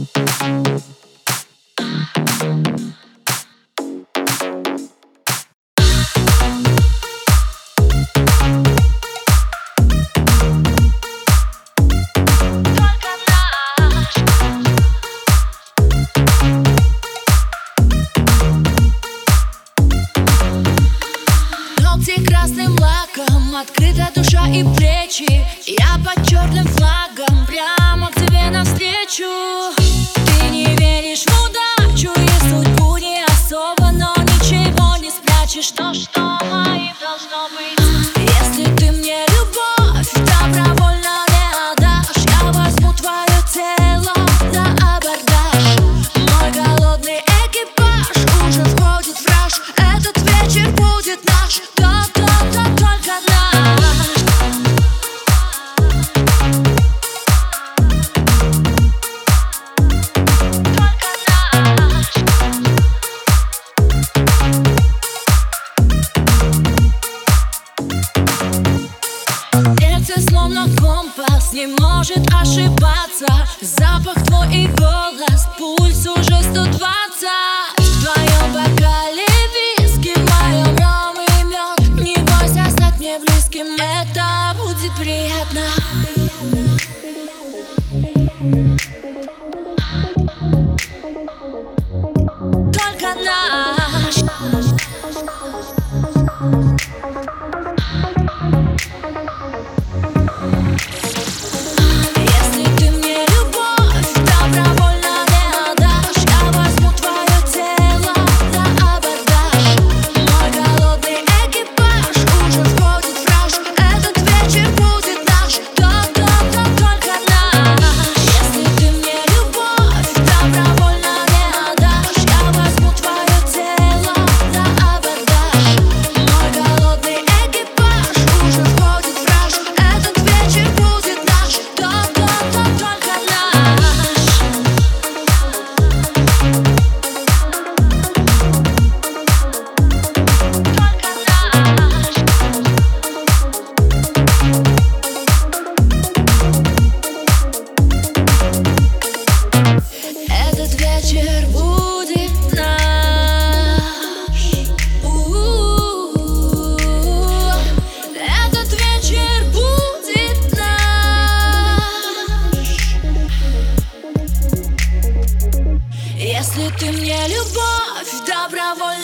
Красным лаком открыта душа и плечи. Я под черным флагом прямо к тебе навстречу. Ты не веришь в удачу и судьбу не особо, но ничего не спрячешь. То, что моим должно быть. Если ты мне любовь добровольно не отдашь, я возьму твое тело на абордаж. Мой голодный экипаж уже входит в раж. Этот вечер будет наш. Словно компас не может ошибаться. Запах твой и голос, пульс уже 120. В твоем бокале виски, в моем ром и мед. Не бойся стать мне близким, это будет приятно. Только наш. Если ты мне любовь добровольно